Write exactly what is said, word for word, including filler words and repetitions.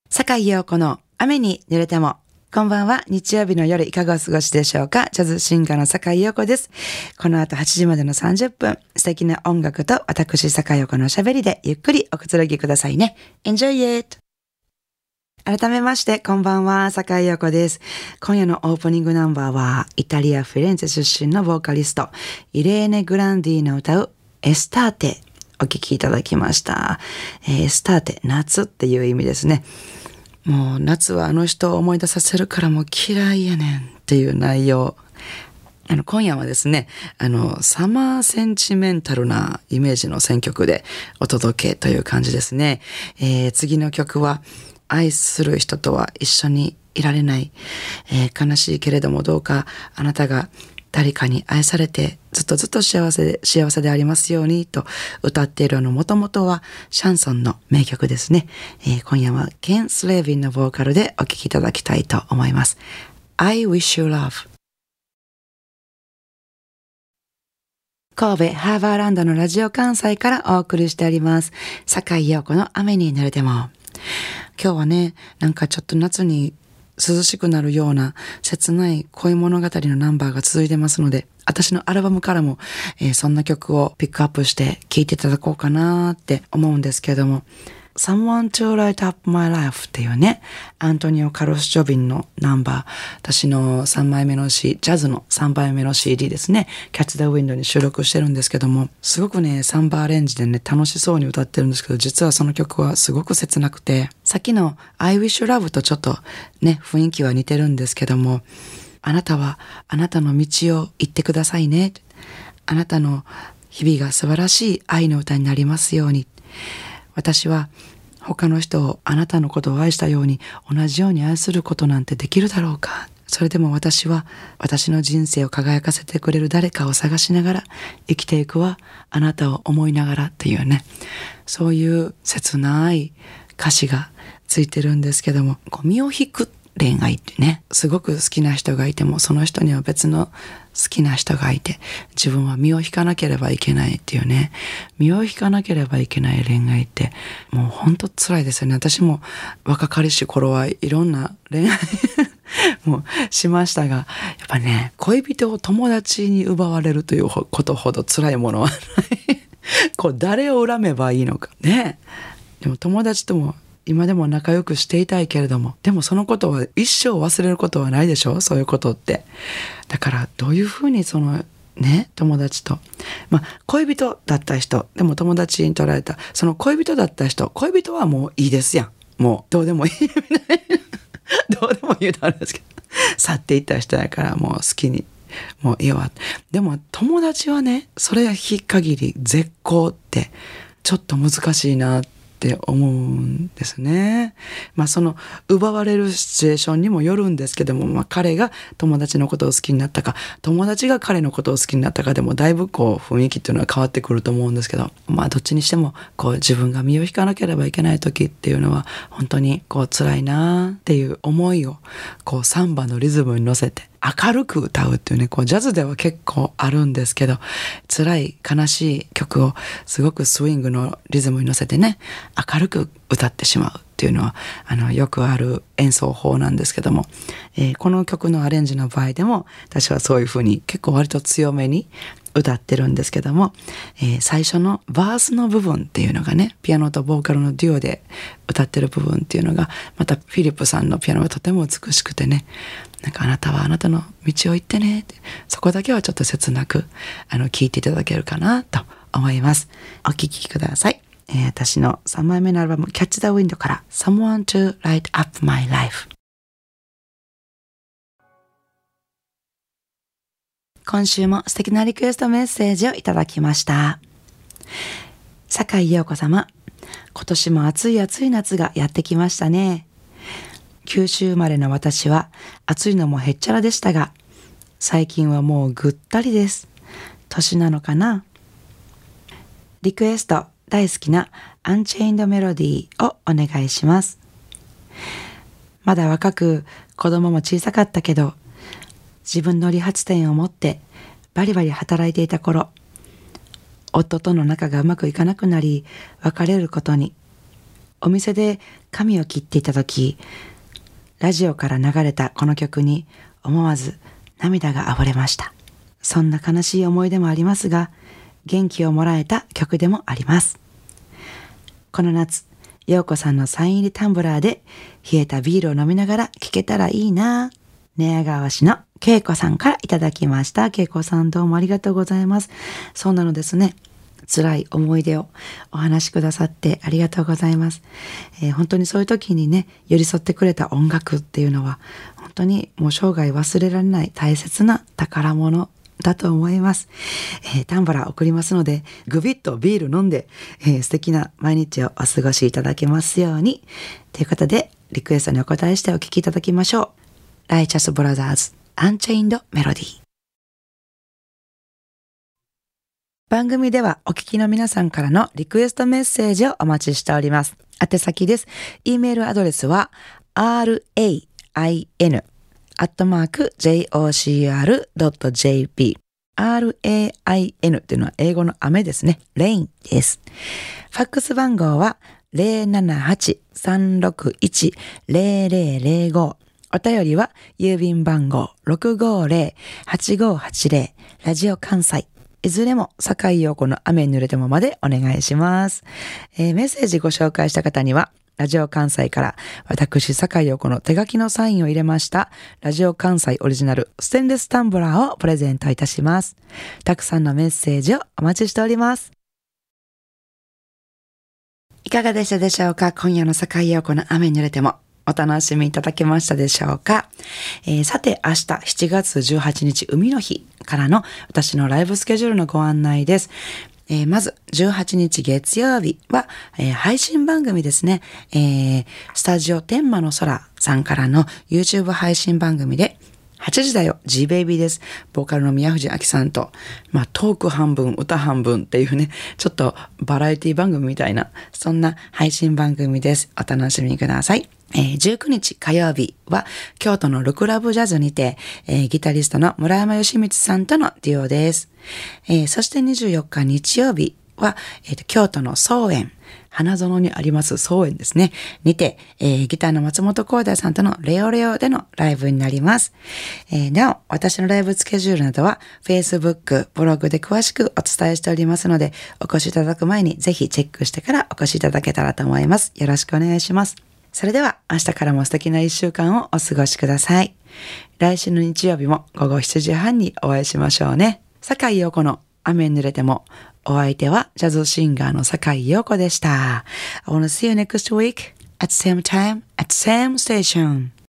坂井陽子の雨に濡れても。こんばんは。日曜日の夜いかがお過ごしでしょうか。ジャズシンガーの坂井陽子です。この後はちじまでのさんじゅっぷん、素敵な音楽と私坂井陽子のおしゃべりでゆっくりおくつろぎくださいね。Enjoy it! 改めましてこんばんは、坂井陽子です。今夜のオープニングナンバーはイタリア・フィレンツェ出身のボーカリストイレーネ・グランディの歌うエスターテお聴きいただきました。エスターテ、夏っていう意味ですね。もう夏はあの人を思い出させるからもう嫌いやねんっていう内容。あの今夜はですね、あのサマーセンチメンタルなイメージの選曲でお届けという感じですね。えー、次の曲は愛する人とは一緒にいられない、えー、悲しいけれどもどうかあなたが誰かに愛されてずっとずっと幸せで幸せでありますようにと歌っているのもともとはシャンソンの名曲ですね。えー、今夜はケン・スレイヴィンのボーカルでお聴きいただきたいと思います。I wish you love。神戸ハーバーランドのラジオ関西からお送りしております。坂井陽子の雨に濡れても。今日はね、なんかちょっと夏に涼しくなるような切ない恋物語のナンバーが続いてますので、私のアルバムからも、えー、そんな曲をピックアップして聴いていただこうかなって思うんですけれども、Someone to Light Up My Life っていうね、アントニオ・カルロス・ジョビンのナンバー、私のさんまいめの C、ジャズのさんばいめの シーディー ですね、Catch the Wind に収録してるんですけども、すごくね、サンバーアレンジでね、楽しそうに歌ってるんですけど、実はその曲はすごく切なくて、さっきの I Wish You Love とちょっとね、雰囲気は似てるんですけども、あなたはあなたの道を行ってくださいね。あなたの日々が素晴らしい愛の歌になりますように。私は他の人をあなたのことを愛したように同じように愛することなんてできるだろうか。それでも私は私の人生を輝かせてくれる誰かを探しながら生きていくわ。あなたを思いながらっていうね、そういう切ない歌詞がついてるんですけども、こう身を引く恋愛ってね、すごく好きな人がいてもその人には別の好きな人がいて、自分は身を引かなければいけないっていうね、身を引かなければいけない恋愛ってもうほんと辛いですよね。私も若かりし頃はいろんな恋愛もしましたが、やっぱね、恋人を友達に奪われるということほど辛いものはないこう誰を恨めばいいのかね。でも友達とも今でも仲良くしていたいけれども、でもそのことは一生忘れることはないでしょ、そういうことって。だからどういうふうにそのね、友達と、まあ恋人だった人でも友達に取られた、その恋人だった人、恋人はもういいですやん、もうどうでもいいどうでもいいとあるんですけど、去っていった人だからもう好きにもういいわ。でも友達はね、それ日限り絶好ってちょっと難しいなってって思うんですね。まあその奪われるシチュエーションにもよるんですけども、まあ彼が友達のことを好きになったか、友達が彼のことを好きになったかでもだいぶこう雰囲気っていうのは変わってくると思うんですけど、まあどっちにしてもこう自分が身を引かなければいけない時っていうのは本当にこう辛いなっていう思いをこうサンバのリズムに乗せて明るく歌うっていうね、こうジャズでは結構あるんですけど、辛い悲しい曲をすごくスイングのリズムに乗せてね、明るく歌ってしまうっていうのはあのよくある演奏法なんですけども、えー、この曲のアレンジの場合でも私はそういうふうに結構割と強めに歌ってるんですけども、えー、最初のバースの部分っていうのがね、ピアノとボーカルのデュオで歌ってる部分っていうのがまたフィリップさんのピアノがとても美しくてね、なんかあなたはあなたの道を行ってねって、そこだけはちょっと切なくあの聴いていただけるかなと思います。お聴きください。えー、私のさんまいめのアルバム Catch the Wind から Someone to Light Up My Life。今週も素敵なリクエストメッセージをいただきました。坂井陽子様、今年も暑い暑い夏がやってきましたね。九州生まれの私は暑いのもへっちゃらでしたが、最近はもうぐったりです。年なのかな。リクエスト大好きなアンチェインドメロディーをお願いします。まだ若く子供も小さかったけど、自分の理髪店を持ってバリバリ働いていた頃、夫との仲がうまくいかなくなり別れることに。 お店で髪を切っていた時、ラジオから流れたこの曲に思わず涙があふれました。そんな悲しい思い出もありますが、元気をもらえた曲でもあります。この夏、陽子さんのサイン入りタンブラーで冷えたビールを飲みながら聴けたらいいな。寝屋川市のけいこさんからいただきました。けいこさんどうもありがとうございます。そうなのですね。辛い思い出をお話しくださってありがとうございます。えー、本当にそういう時にね、寄り添ってくれた音楽っていうのは本当にもう生涯忘れられない大切な宝物だと思います。えー、タンブラー送りますので、グビッとビール飲んで、えー、素敵な毎日をお過ごしいただけますように。ということで、リクエストにお答えしてお聴きいただきましょう。ライチャスブラザーズ、アンチェインドメロディー。番組ではお聞きの皆さんからのリクエストメッセージをお待ちしております。宛先です。e メールアドレスは ライン アットマーク ジェイオーシーアール ドット ジェーピー ライン っていうのは英語の雨ですね。レインです。ファックス番号は ゼロななはち さんろくいち ゼロゼロゼロご。お便りは郵便番号 ろくごーぜろ はちごはちぜろ ラジオ関西。いずれも坂井陽子の雨に濡れてもまでお願いします。えー、メッセージご紹介した方にはラジオ関西から私坂井陽子の手書きのサインを入れましたラジオ関西オリジナルステンレスタンブラーをプレゼントいたします。たくさんのメッセージをお待ちしております。いかがでしたでしょうか。今夜の坂井陽子の雨に濡れてもお楽しみいただけましたでしょうか。えー、さて明日しちがつじゅうはちにち海の日からの私のライブスケジュールのご案内です。えー、まずじゅうはちにち月曜日は、えー、配信番組ですね、えー、スタジオ天満の空さんからの YouTube 配信番組ではちじだよ G ベイビーです。ボーカルの宮藤明さんと、まあ、トーク半分歌半分っていうね、ちょっとバラエティ番組みたいなそんな配信番組です。お楽しみください。えー、じゅうくにち火曜日は京都のルクラブジャズにて、えー、ギタリストの村山義光さんとのデュオです。えー、そしてにじゅうよっか日曜日は、えーと、京都の草園、花園にあります草園ですね。にて、えー、ギターの松本光大さんとのレオレオでのライブになります。えー、なお、私のライブスケジュールなどは Facebook、ブログで詳しくお伝えしておりますので、お越しいただく前にぜひチェックしてからお越しいただけたらと思います。よろしくお願いします。それでは明日からも素敵な一週間をお過ごしください。来週の日曜日もごごしちじはんにお会いしましょうね。坂井陽子の雨に濡れても、お相手はジャズシンガーの坂井陽子でした。I wanna see you next week at same time at same station.